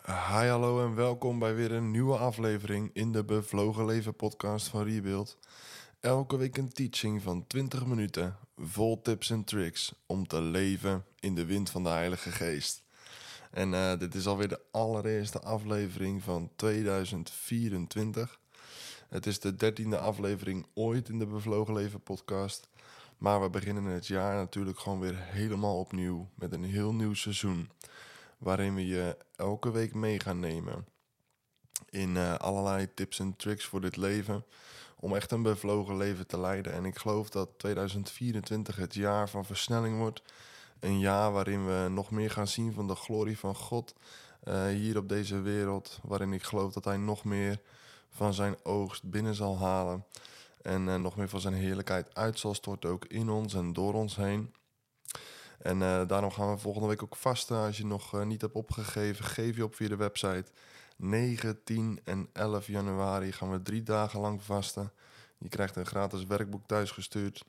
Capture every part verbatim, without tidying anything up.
Hi, hallo en welkom bij weer een nieuwe aflevering in de Bevlogen Leven podcast van Rebuild. Elke week een teaching van twintig minuten, vol tips en tricks om te leven in de wind van de Heilige Geest. En uh, dit is alweer de allereerste aflevering van tweeduizend vierentwintig. Het is de dertiende aflevering ooit in de Bevlogen Leven podcast. Maar we beginnen het jaar natuurlijk gewoon weer helemaal opnieuw met een heel nieuw seizoen, waarin we je elke week mee gaan nemen in uh, allerlei tips en tricks voor dit leven, om echt een bevlogen leven te leiden. En ik geloof dat tweeduizend vierentwintig het jaar van versnelling wordt. Een jaar waarin we nog meer gaan zien van de glorie van God uh, hier op deze wereld. Waarin ik geloof dat hij nog meer van zijn oogst binnen zal halen. En uh, nog meer van zijn heerlijkheid uit zal storten, ook in ons en door ons heen. En uh, daarom gaan we volgende week ook vasten. Als je nog uh, niet hebt opgegeven, geef je op via de website. negen, tien en elf januari gaan we drie dagen lang vasten. Je krijgt een gratis werkboek thuisgestuurd.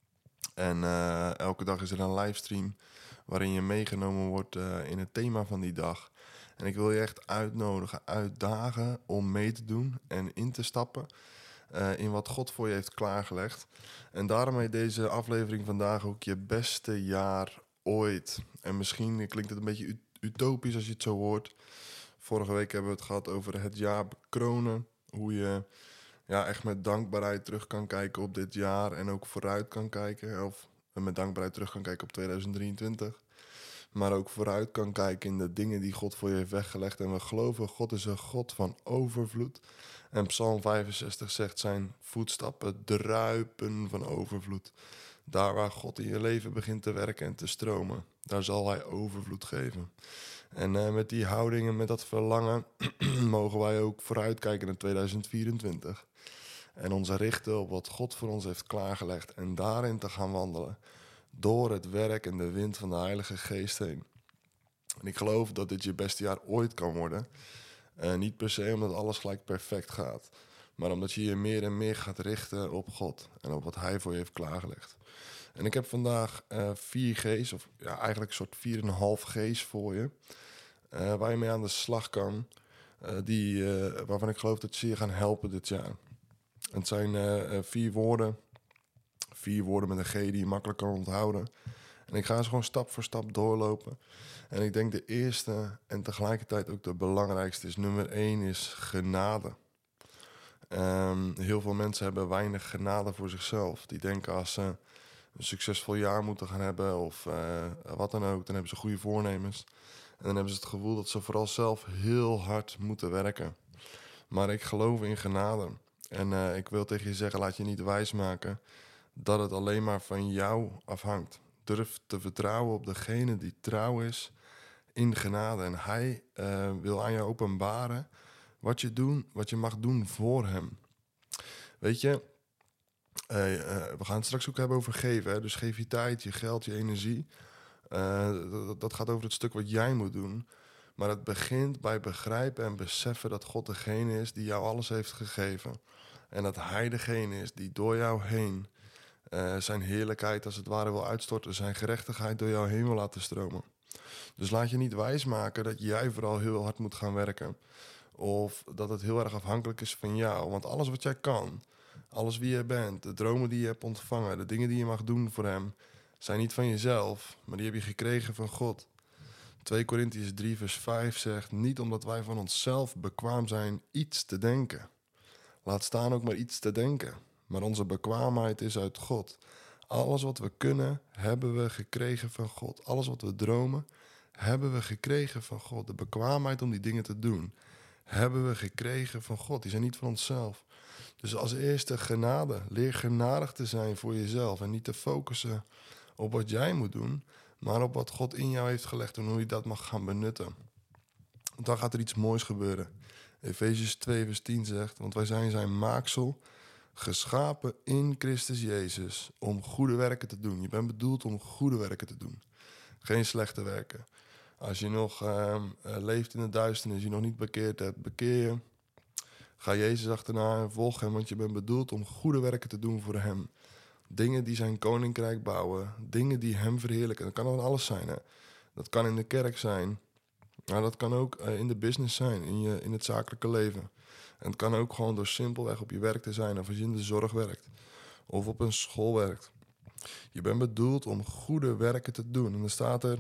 En uh, elke dag is er een livestream waarin je meegenomen wordt uh, in het thema van die dag. En ik wil je echt uitnodigen, uitdagen om mee te doen en in te stappen uh, in wat God voor je heeft klaargelegd. En daarom heet deze aflevering vandaag ook je beste jaar ooit. En misschien klinkt het een beetje utopisch als je het zo hoort. Vorige week hebben we het gehad over het jaar bekronen. Hoe je ja, echt met dankbaarheid terug kan kijken op dit jaar. En ook vooruit kan kijken. Of met dankbaarheid terug kan kijken op tweeduizend drieëntwintig. Maar ook vooruit kan kijken in de dingen die God voor je heeft weggelegd. En we geloven, God is een God van overvloed. En Psalm vijfenzestig zegt, zijn voetstappen druipen van overvloed. Daar waar God in je leven begint te werken en te stromen, daar zal hij overvloed geven. En uh, met die houding en met dat verlangen mogen wij ook vooruitkijken naar tweeduizend vierentwintig. En ons richten op wat God voor ons heeft klaargelegd. En daarin te gaan wandelen. Door het werk en de wind van de Heilige Geest heen. En ik geloof dat dit je beste jaar ooit kan worden. Uh, niet per se omdat alles gelijk perfect gaat. Maar omdat je je meer en meer gaat richten op God. En op wat hij voor je heeft klaargelegd. En ik heb vandaag uh, vier G's, of ja, eigenlijk een soort vier en een half G's voor je. Uh, waar je mee aan de slag kan. Uh, die, uh, waarvan ik geloof dat ze je gaan helpen dit jaar. Het zijn uh, vier woorden. Vier woorden met een G die je makkelijk kan onthouden. En ik ga ze gewoon stap voor stap doorlopen. En ik denk de eerste en tegelijkertijd ook de belangrijkste is nummer één is genade. Um, heel veel mensen hebben weinig genade voor zichzelf. Die denken als ze een succesvol jaar moeten gaan hebben of uh, wat dan ook, dan hebben ze goede voornemens. En dan hebben ze het gevoel dat ze vooral zelf heel hard moeten werken. Maar ik geloof in genade. En uh, ik wil tegen je zeggen, laat je niet wijsmaken dat het alleen maar van jou afhangt. Durf te vertrouwen op degene die trouw is in genade. En hij uh, wil aan je openbaren wat je, doen, wat je mag doen voor hem. Weet je, uh, uh, we gaan het straks ook hebben over geven. Hè? Dus geef je tijd, je geld, je energie. Uh, dat, dat gaat over het stuk wat jij moet doen. Maar het begint bij begrijpen en beseffen dat God degene is die jou alles heeft gegeven. En dat hij degene is die door jou heen uh, zijn heerlijkheid als het ware wil uitstorten. Zijn gerechtigheid door jou heen wil laten stromen. Dus laat je niet wijsmaken dat jij vooral heel hard moet gaan werken. Of dat het heel erg afhankelijk is van jou. Want alles wat jij kan, alles wie jij bent, de dromen die je hebt ontvangen, de dingen die je mag doen voor hem, zijn niet van jezelf, maar die heb je gekregen van God. twee Korintiërs drie vers vijf zegt, niet omdat wij van onszelf bekwaam zijn iets te denken. Laat staan ook maar iets te denken. Maar onze bekwaamheid is uit God. Alles wat we kunnen, hebben we gekregen van God. Alles wat we dromen, hebben we gekregen van God. De bekwaamheid om die dingen te doen, hebben we gekregen van God. Die zijn niet van onszelf. Dus als eerste genade. Leer genadig te zijn voor jezelf. En niet te focussen op wat jij moet doen, maar op wat God in jou heeft gelegd en hoe je dat mag gaan benutten. Dan gaat er iets moois gebeuren. Efesiërs twee vers tien zegt, want wij zijn zijn maaksel, geschapen in Christus Jezus, om goede werken te doen. Je bent bedoeld om goede werken te doen. Geen slechte werken. Als je nog uh, leeft in de duisternis, je nog niet bekeerd hebt, bekeer je. Ga Jezus achterna en volg hem, want je bent bedoeld om goede werken te doen voor hem. Dingen die zijn koninkrijk bouwen, dingen die hem verheerlijken. Dat kan van alles zijn. Hè? Dat kan in de kerk zijn. Nou, dat kan ook uh, in de business zijn, in, je, in het zakelijke leven. En het kan ook gewoon door simpelweg op je werk te zijn, of als je in de zorg werkt, of op een school werkt. Je bent bedoeld om goede werken te doen. En dan staat er,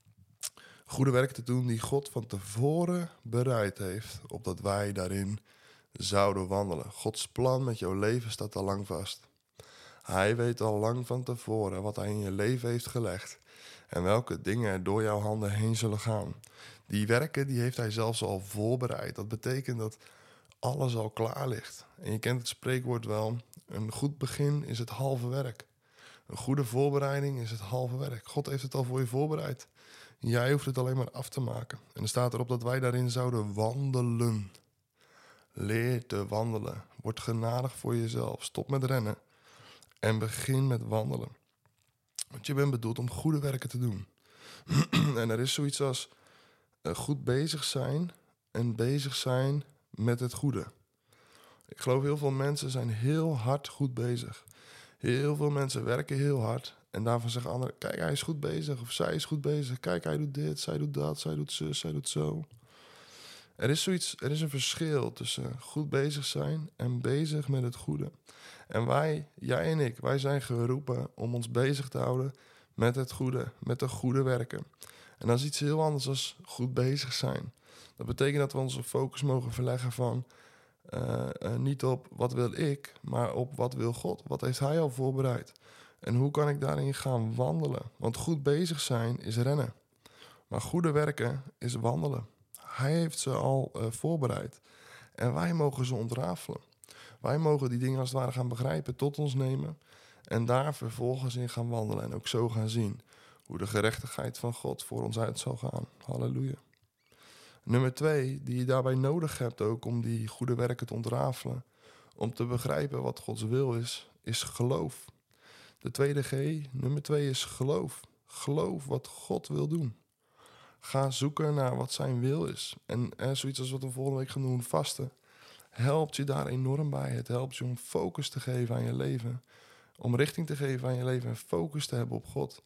goede werken te doen die God van tevoren bereid heeft, opdat wij daarin zouden wandelen. Gods plan met jouw leven staat al lang vast. Hij weet al lang van tevoren wat hij in je leven heeft gelegd en welke dingen er door jouw handen heen zullen gaan. Die werken die heeft hij zelfs al voorbereid. Dat betekent dat alles al klaar ligt. En je kent het spreekwoord wel, een goed begin is het halve werk. Een goede voorbereiding is het halve werk. God heeft het al voor je voorbereid. Jij hoeft het alleen maar af te maken. En er staat erop dat wij daarin zouden wandelen. Leer te wandelen. Word genadig voor jezelf. Stop met rennen. En begin met wandelen. Want je bent bedoeld om goede werken te doen. En er is zoiets als uh, goed bezig zijn en bezig zijn met het goede. Ik geloof heel veel mensen zijn heel hard goed bezig. Heel veel mensen werken heel hard. En daarvan zeggen anderen, kijk, hij is goed bezig. Of zij is goed bezig. Kijk, hij doet dit, zij doet dat, zij doet zus, zij doet zo. Er is zoiets, er is een verschil tussen goed bezig zijn en bezig met het goede. En wij, jij en ik, wij zijn geroepen om ons bezig te houden met het goede, met de goede werken. En dat is iets heel anders dan goed bezig zijn. Dat betekent dat we onze focus mogen verleggen van uh, uh, niet op wat wil ik, maar op wat wil God. Wat heeft hij al voorbereid? En hoe kan ik daarin gaan wandelen? Want goed bezig zijn is rennen. Maar goede werken is wandelen. Hij heeft ze al uh, voorbereid. En wij mogen ze ontrafelen. Wij mogen die dingen als het ware gaan begrijpen, tot ons nemen. En daar vervolgens in gaan wandelen. En ook zo gaan zien hoe de gerechtigheid van God voor ons uit zal gaan. Halleluja. Nummer twee, die je daarbij nodig hebt ook om die goede werken te ontrafelen. Om te begrijpen wat Gods wil is, is geloof. De tweede G, nummer twee is geloof. Geloof wat God wil doen. Ga zoeken naar wat zijn wil is. En eh, zoiets als wat we volgende week gaan doen, vasten, helpt je daar enorm bij. Het helpt je om focus te geven aan je leven. Om richting te geven aan je leven en focus te hebben op God.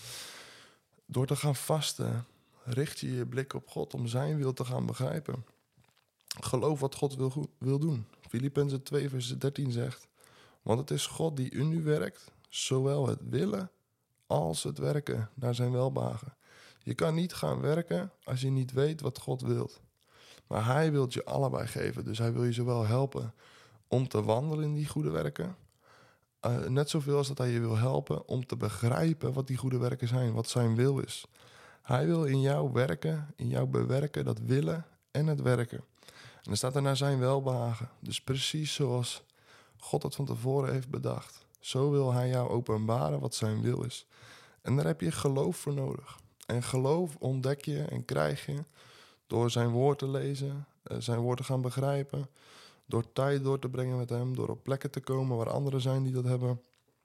Door te gaan vasten, richt je je blik op God om zijn wil te gaan begrijpen. Geloof wat God wil, wil doen. Filippenzen twee vers dertien zegt, want het is God die in u werkt, zowel het willen als het werken naar zijn welbehagen. Je kan niet gaan werken als je niet weet wat God wilt. Maar hij wil je allebei geven. Dus hij wil je zowel helpen om te wandelen in die goede werken. Uh, net zoveel als dat hij je wil helpen om te begrijpen wat die goede werken zijn. Wat zijn wil is. Hij wil in jou werken, in jou bewerken, dat willen en het werken. En dan staat er naar zijn welbehagen. Dus precies zoals God het van tevoren heeft bedacht. Zo wil hij jou openbaren wat zijn wil is. En daar heb je geloof voor nodig. En geloof ontdek je en krijg je door zijn woord te lezen, zijn woord te gaan begrijpen, door tijd door te brengen met hem, door op plekken te komen waar anderen zijn die dat hebben.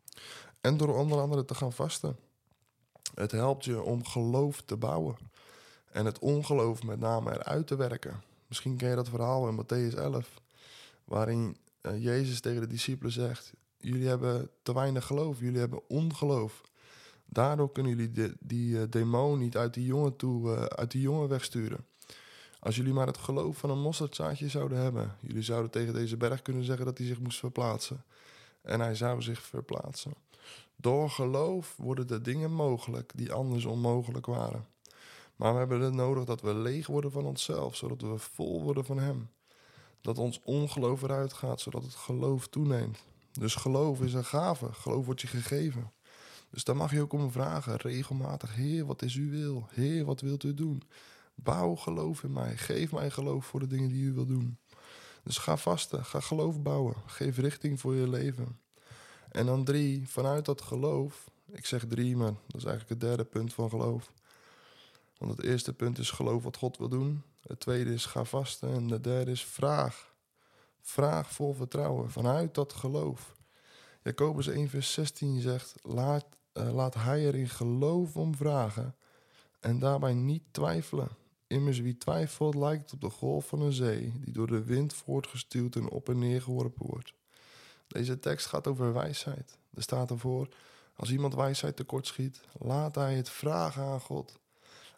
En door onder andere te gaan vasten. Het helpt je om geloof te bouwen. En het ongeloof met name eruit te werken. Misschien ken je dat verhaal in Mattheüs elf, waarin uh, Jezus tegen de discipelen zegt, jullie hebben te weinig geloof, jullie hebben ongeloof. Daardoor kunnen jullie de, die uh, demon niet uit die jongen toe, uh, uit die jongen wegsturen. Als jullie maar het geloof van een mosterdzaadje zouden hebben. Jullie zouden tegen deze berg kunnen zeggen dat hij zich moest verplaatsen. En hij zou zich verplaatsen. Door geloof worden de dingen mogelijk die anders onmogelijk waren. Maar we hebben het nodig dat we leeg worden van onszelf, zodat we vol worden van hem. Dat ons ongeloof eruit gaat, zodat het geloof toeneemt. Dus geloof is een gave. Geloof wordt je gegeven. Dus daar mag je ook om vragen, regelmatig. Heer, wat is uw wil? Heer, wat wilt u doen? Bouw geloof in mij. Geef mij geloof voor de dingen die u wil doen. Dus ga vasten, ga geloof bouwen. Geef richting voor je leven. En dan drie, vanuit dat geloof. Ik zeg drie, maar dat is eigenlijk het derde punt van geloof. Want het eerste punt is geloof wat God wil doen. Het tweede is ga vasten. En de derde is vraag. Vraag vol vertrouwen, vanuit dat geloof. Jacobus één vers zestien zegt, laat, uh, laat hij er in geloof om vragen en daarbij niet twijfelen. Immers wie twijfelt lijkt op de golf van een zee, die door de wind voortgestuwd en op en neer geworpen wordt. Deze tekst gaat over wijsheid. Er staat ervoor, als iemand wijsheid tekortschiet, laat hij het vragen aan God.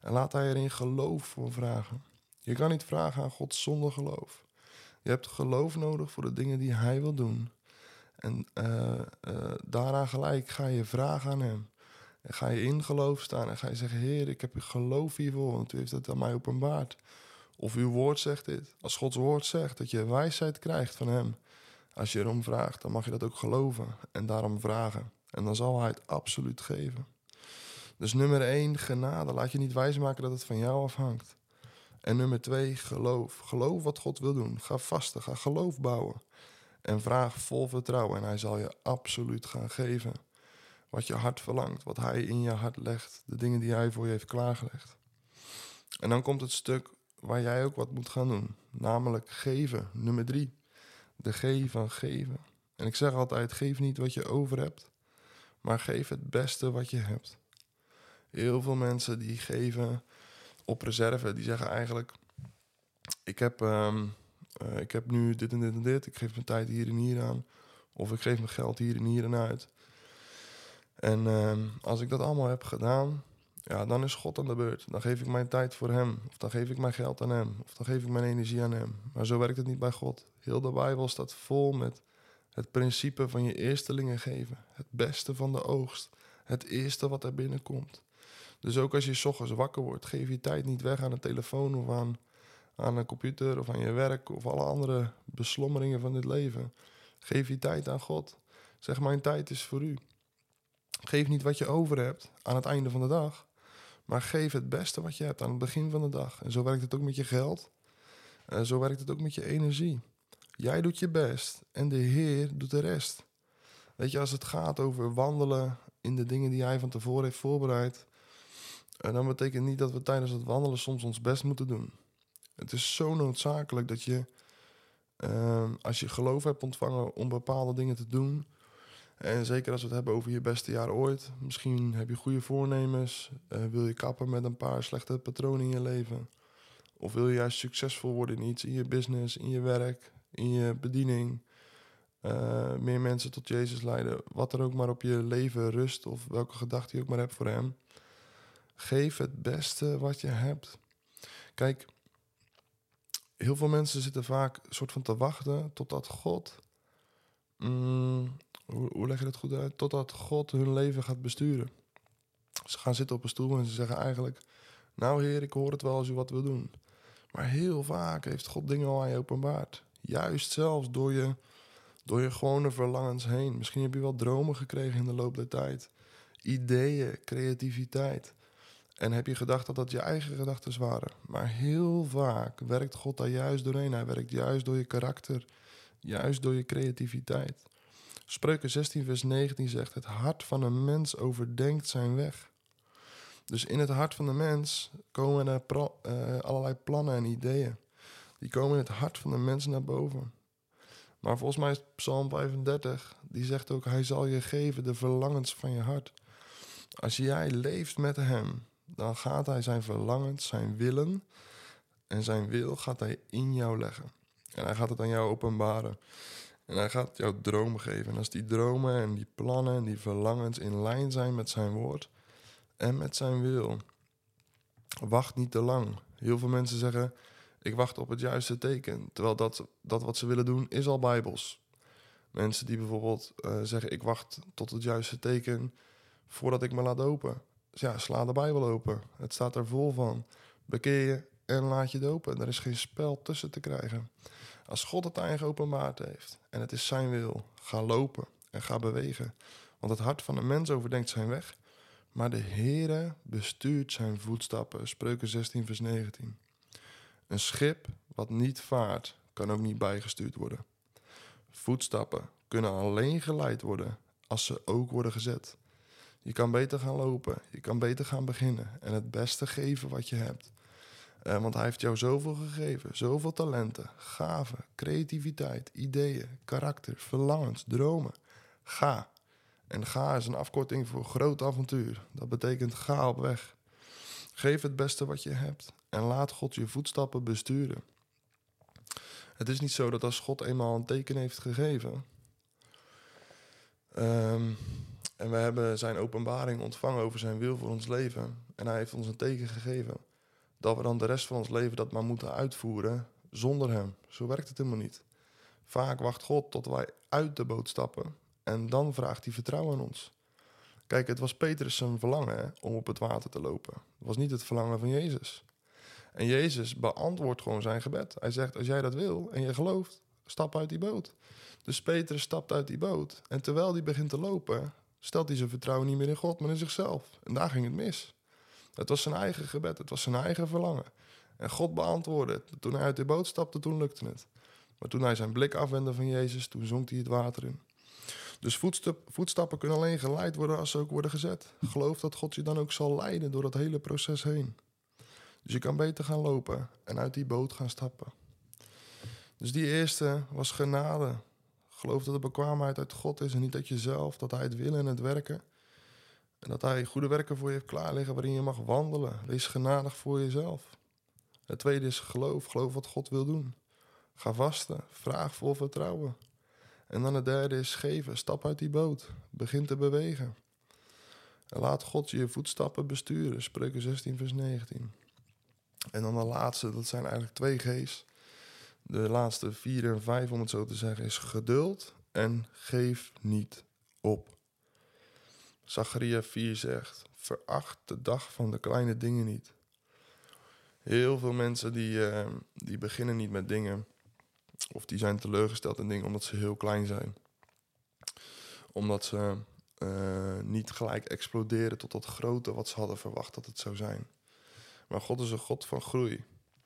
En laat hij er in geloof voor vragen. Je kan niet vragen aan God zonder geloof. Je hebt geloof nodig voor de dingen die hij wil doen. En uh, uh, daaraan gelijk ga je vragen aan hem. En ga je in geloof staan en ga je zeggen... Heer, ik heb geloof hiervoor, want u heeft het aan mij openbaard. Of uw woord zegt dit. Als Gods woord zegt dat je wijsheid krijgt van hem... Als je erom vraagt, dan mag je dat ook geloven en daarom vragen. En dan zal hij het absoluut geven. Dus nummer één, genade. Laat je niet wijsmaken dat het van jou afhangt. En nummer twee, geloof. Geloof wat God wil doen. Ga vasten, ga geloof bouwen. En vraag vol vertrouwen en hij zal je absoluut gaan geven. Wat je hart verlangt, wat hij in je hart legt. De dingen die hij voor je heeft klaargelegd. En dan komt het stuk waar jij ook wat moet gaan doen. Namelijk geven, nummer drie. De G van geven. En ik zeg altijd, geef niet wat je over hebt, maar geef het beste wat je hebt. Heel veel mensen die geven op reserve, die zeggen eigenlijk... Ik heb, um, uh, ik heb nu dit en dit en dit, ik geef mijn tijd hier en hier aan. Of ik geef mijn geld hier en hier en uit. En um, als ik dat allemaal heb gedaan, ja, dan is God aan de beurt. Dan geef ik mijn tijd voor hem. Of dan geef ik mijn geld aan hem. Of dan geef ik mijn energie aan hem. Maar zo werkt het niet bij God. Heel de Bijbel staat vol met het principe van je eerstelingen geven. Het beste van de oogst. Het eerste wat er binnenkomt. Dus ook als je 's ochtends wakker wordt, geef je tijd niet weg aan een telefoon of aan, aan een computer of aan je werk of alle andere beslommeringen van dit leven. Geef je tijd aan God. Zeg, mijn tijd is voor u. Geef niet wat je over hebt aan het einde van de dag. Maar geef het beste wat je hebt aan het begin van de dag. En zo werkt het ook met je geld. En zo werkt het ook met je energie. Jij doet je best en de Heer doet de rest. Weet je, als het gaat over wandelen in de dingen die hij van tevoren heeft voorbereid... dan betekent niet dat we tijdens het wandelen soms ons best moeten doen. Het is zo noodzakelijk dat je, uh, als je geloof hebt ontvangen om bepaalde dingen te doen... En zeker als we het hebben over je beste jaar ooit. Misschien heb je goede voornemens. Uh, wil je kappen met een paar slechte patronen in je leven. Of wil je juist succesvol worden in iets. In je business, in je werk, in je bediening. Uh, meer mensen tot Jezus leiden. Wat er ook maar op je leven rust. Of welke gedachte je ook maar hebt voor hem. Geef het beste wat je hebt. Kijk, heel veel mensen zitten vaak een soort van te wachten totdat God... Mm, Hoe, hoe leg je dat goed uit? Totdat God hun leven gaat besturen. Ze gaan zitten op een stoel en ze zeggen eigenlijk... Nou Heer, ik hoor het wel als u wat wil doen. Maar heel vaak heeft God dingen al aan je openbaard. Juist zelfs door je, door je gewone verlangens heen. Misschien heb je wel dromen gekregen in de loop der tijd. Ideeën, creativiteit. En heb je gedacht dat dat je eigen gedachten waren. Maar heel vaak werkt God daar juist doorheen. Hij werkt juist door je karakter. Juist door je creativiteit. Spreuken zestien vers negentien zegt... Het hart van een mens overdenkt zijn weg. Dus in het hart van de mens komen er pro, uh, allerlei plannen en ideeën. Die komen in het hart van de mens naar boven. Maar volgens mij is Psalm vijfendertig... die zegt ook... Hij zal je geven de verlangens van je hart. Als jij leeft met hem... dan gaat hij zijn verlangens, zijn willen... en zijn wil gaat hij in jou leggen. En hij gaat het aan jou openbaren... En hij gaat jou dromen geven. En als die dromen en die plannen en die verlangens in lijn zijn met zijn woord en met zijn wil, wacht niet te lang. Heel veel mensen zeggen, ik wacht op het juiste teken. Terwijl dat, dat wat ze willen doen is al bijbels. Mensen die bijvoorbeeld uh, zeggen, ik wacht tot het juiste teken voordat ik me laat dopen. Dus ja, sla de Bijbel open. Het staat er vol van. Bekeer je en laat je dopen. Er is geen spel tussen te krijgen. Als God het aan je geopenbaard heeft en het is zijn wil, ga lopen en ga bewegen. Want het hart van de mens overdenkt zijn weg, maar de Heere bestuurt zijn voetstappen. Spreuken zestien vers negentien. Een schip wat niet vaart, kan ook niet bijgestuurd worden. Voetstappen kunnen alleen geleid worden als ze ook worden gezet. Je kan beter gaan lopen, je kan beter gaan beginnen en het beste geven wat je hebt. Uh, want hij heeft jou zoveel gegeven, zoveel talenten, gaven, creativiteit, ideeën, karakter, verlangens, dromen. Ga. En ga is een afkorting voor groot avontuur. Dat betekent ga op weg. Geef het beste wat je hebt en laat God je voetstappen besturen. Het is niet zo dat als God eenmaal een teken heeft gegeven, um, En we hebben zijn openbaring ontvangen over zijn wil voor ons leven. En hij heeft ons een teken gegeven dat we dan de rest van ons leven dat maar moeten uitvoeren zonder hem. Zo werkt het helemaal niet. Vaak wacht God tot wij uit de boot stappen en dan vraagt hij vertrouwen aan ons. Kijk, het was Petrus zijn verlangen hè, om op het water te lopen. Het was niet het verlangen van Jezus. En Jezus beantwoordt gewoon zijn gebed. Hij zegt, als jij dat wil en je gelooft, stap uit die boot. Dus Petrus stapt uit die boot. En terwijl hij begint te lopen, stelt hij zijn vertrouwen niet meer in God, maar in zichzelf. En daar ging het mis. Het was zijn eigen gebed, het was zijn eigen verlangen. En God beantwoordde het. Toen hij uit de boot stapte, toen lukte het. Maar toen hij zijn blik afwendde van Jezus, toen zonk hij het water in. Dus voetstap, voetstappen kunnen alleen geleid worden als ze ook worden gezet. Geloof dat God je dan ook zal leiden door dat hele proces heen. Dus je kan beter gaan lopen en uit die boot gaan stappen. Dus die eerste was genade. Geloof dat de bekwaamheid uit God is en niet uit jezelf. Dat hij het willen en het werken. En dat hij goede werken voor je heeft klaar liggen waarin je mag wandelen. Wees genadig voor jezelf. Het tweede is geloof. Geloof wat God wil doen. Ga vasten. Vraag vol vertrouwen. En dan het derde is geven. Stap uit die boot. Begin te bewegen. En laat God je voetstappen besturen. Spreuken zestien vers negentien. En dan de laatste, dat zijn eigenlijk twee G's. De laatste vier en vijf, om het zo te zeggen, is geduld en geef niet op. Zacharia vier zegt, veracht de dag van de kleine dingen niet. Heel veel mensen die, uh, die beginnen niet met dingen. Of die zijn teleurgesteld in dingen omdat ze heel klein zijn. Omdat ze uh, niet gelijk exploderen tot dat grote wat ze hadden verwacht dat het zou zijn. Maar God is een God van groei.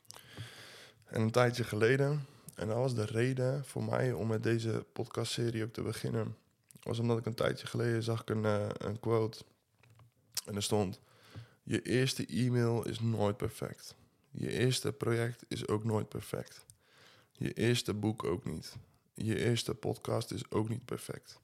En een tijdje geleden, en dat was de reden voor mij om met deze podcastserie ook te beginnen, was omdat ik een tijdje geleden zag ik een, uh, een quote. En er stond, je eerste e-mail is nooit perfect. Je eerste project is ook nooit perfect. Je eerste boek ook niet. Je eerste podcast is ook niet perfect.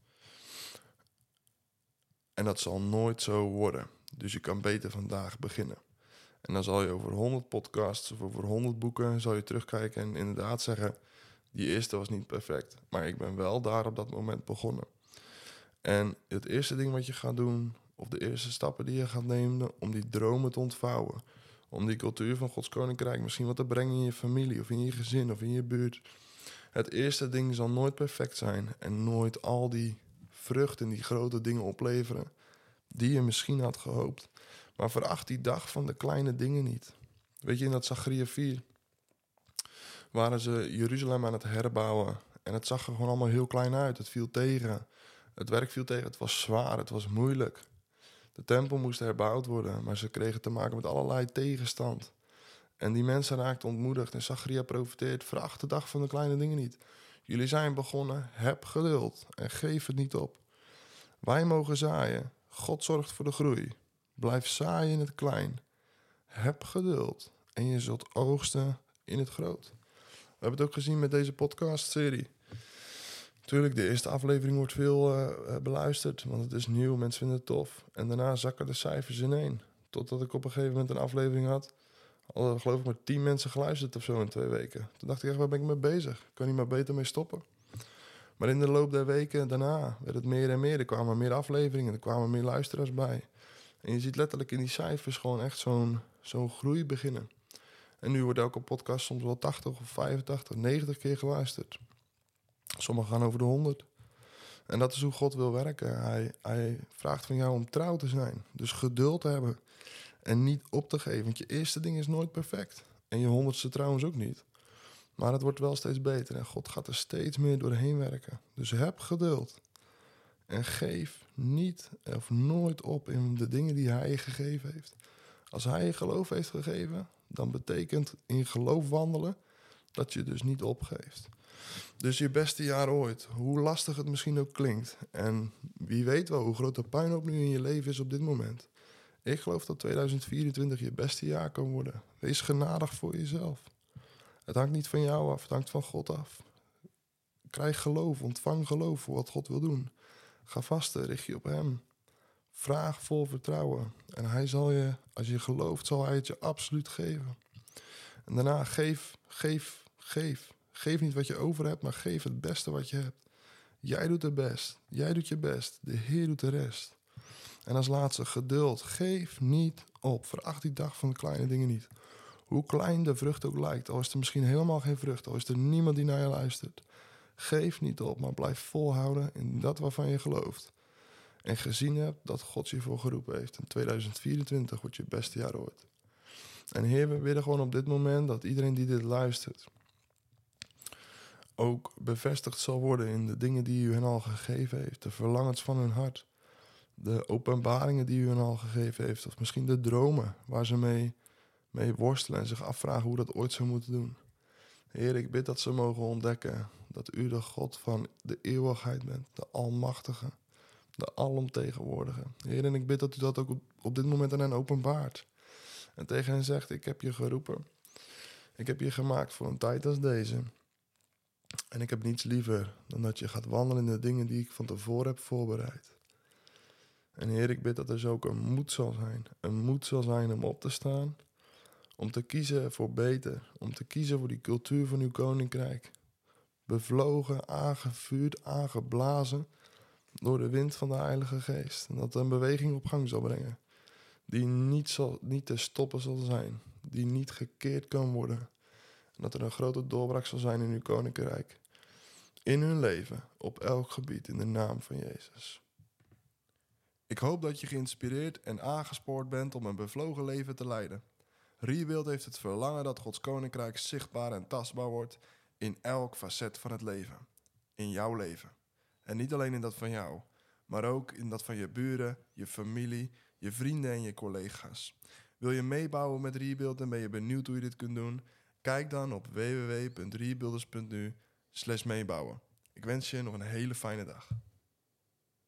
En dat zal nooit zo worden. Dus je kan beter vandaag beginnen. En dan zal je over honderd podcasts of over honderd boeken zal je terugkijken en inderdaad zeggen, die eerste was niet perfect. Maar ik ben wel daar op dat moment begonnen. En het eerste ding wat je gaat doen, of de eerste stappen die je gaat nemen om die dromen te ontvouwen, om die cultuur van Gods Koninkrijk misschien wat te brengen in je familie of in je gezin of in je buurt. Het eerste ding zal nooit perfect zijn en nooit al die vruchten, die grote dingen opleveren die je misschien had gehoopt. Maar veracht die dag van de kleine dingen niet. Weet je, in dat Zacharia vier waren ze Jeruzalem aan het herbouwen. En het zag er gewoon allemaal heel klein uit. Het viel tegen. Het werk viel tegen. Het was zwaar. Het was moeilijk. De tempel moest herbouwd worden. Maar ze kregen te maken met allerlei tegenstand. En die mensen raakten ontmoedigd. En Zacharia profeteert, veracht de dag van de kleine dingen niet. Jullie zijn begonnen. Heb geduld. En geef het niet op. Wij mogen zaaien. God zorgt voor de groei. Blijf zaaien in het klein. Heb geduld. En je zult oogsten in het groot. We hebben het ook gezien met deze podcastserie. Tuurlijk, de eerste aflevering wordt veel uh, beluisterd. Want het is nieuw, mensen vinden het tof. En daarna zakken de cijfers ineen. Totdat ik op een gegeven moment een aflevering had. Al geloof ik maar tien mensen geluisterd of zo in twee weken. Toen dacht ik echt, waar ben ik mee bezig? Ik kan hier maar beter mee stoppen. Maar in de loop der weken daarna werd het meer en meer. Er kwamen meer afleveringen, er kwamen meer luisteraars bij. En je ziet letterlijk in die cijfers gewoon echt zo'n, zo'n groei beginnen. En nu wordt elke podcast soms wel tachtig of vijfentachtig, negentig keer geluisterd. Sommigen gaan over de honderd. En dat is hoe God wil werken. Hij, hij vraagt van jou om trouw te zijn. Dus geduld te hebben. En niet op te geven. Want je eerste ding is nooit perfect. En je honderdste trouwens ook niet. Maar het wordt wel steeds beter. En God gaat er steeds meer doorheen werken. Dus heb geduld. En geef niet of nooit op in de dingen die hij je gegeven heeft. Als hij je geloof heeft gegeven, dan betekent in geloof wandelen dat je dus niet opgeeft. Dus je beste jaar ooit, hoe lastig het misschien ook klinkt. En wie weet wel hoe groot de puinhoop nu in je leven is op dit moment. Ik geloof dat tweeduizend vierentwintig je beste jaar kan worden. Wees genadig voor jezelf. Het hangt niet van jou af, het hangt van God af. Krijg geloof, ontvang geloof voor wat God wil doen. Ga vasten, richt je op hem. Vraag vol vertrouwen. En hij zal je, als je gelooft, zal hij het je absoluut geven. En daarna geef, geef, geef. Geef niet wat je over hebt, maar geef het beste wat je hebt. Jij doet het best. Jij doet je best. De Heer doet de rest. En als laatste geduld. Geef niet op. Veracht die dag van de kleine dingen niet. Hoe klein de vrucht ook lijkt. Al is er misschien helemaal geen vrucht. Al is er niemand die naar je luistert. Geef niet op, maar blijf volhouden in dat waarvan je gelooft. En gezien hebt dat God je voor geroepen heeft. En tweeduizend vierentwintig wordt je beste jaar ooit. En Heer, we bidden gewoon op dit moment dat iedereen die dit luistert ook bevestigd zal worden in de dingen die u hen al gegeven heeft. De verlangens van hun hart. De openbaringen die u hen al gegeven heeft. Of misschien de dromen waar ze mee, mee worstelen en zich afvragen hoe dat ooit zou moeten doen. Heer, ik bid dat ze mogen ontdekken dat u de God van de eeuwigheid bent. De Almachtige. De Alomtegenwoordige. Heer, en ik bid dat u dat ook op, op dit moment aan hen openbaart. En tegen hen zegt, ik heb je geroepen. Ik heb je gemaakt voor een tijd als deze. En ik heb niets liever dan dat je gaat wandelen in de dingen die ik van tevoren heb voorbereid. En Heer, ik bid dat er zo ook een moed zal zijn. Een moed zal zijn om op te staan. Om te kiezen voor beter. Om te kiezen voor die cultuur van uw koninkrijk. Bevlogen, aangevuurd, aangeblazen door de wind van de Heilige Geest. En dat een beweging op gang zal brengen. Die niet, zal, niet te stoppen zal zijn. Die niet gekeerd kan worden. En dat er een grote doorbraak zal zijn in uw koninkrijk. In hun leven, op elk gebied, in de naam van Jezus. Ik hoop dat je geïnspireerd en aangespoord bent om een bevlogen leven te leiden. Rebuild heeft het verlangen dat Gods koninkrijk zichtbaar en tastbaar wordt in elk facet van het leven. In jouw leven. En niet alleen in dat van jou, maar ook in dat van je buren, je familie, je vrienden en je collega's. Wil je meebouwen met Rebuild en ben je benieuwd hoe je dit kunt doen? Kijk dan op w w w punt rebuilders punt n u slash meebouwen. Ik wens je nog een hele fijne dag.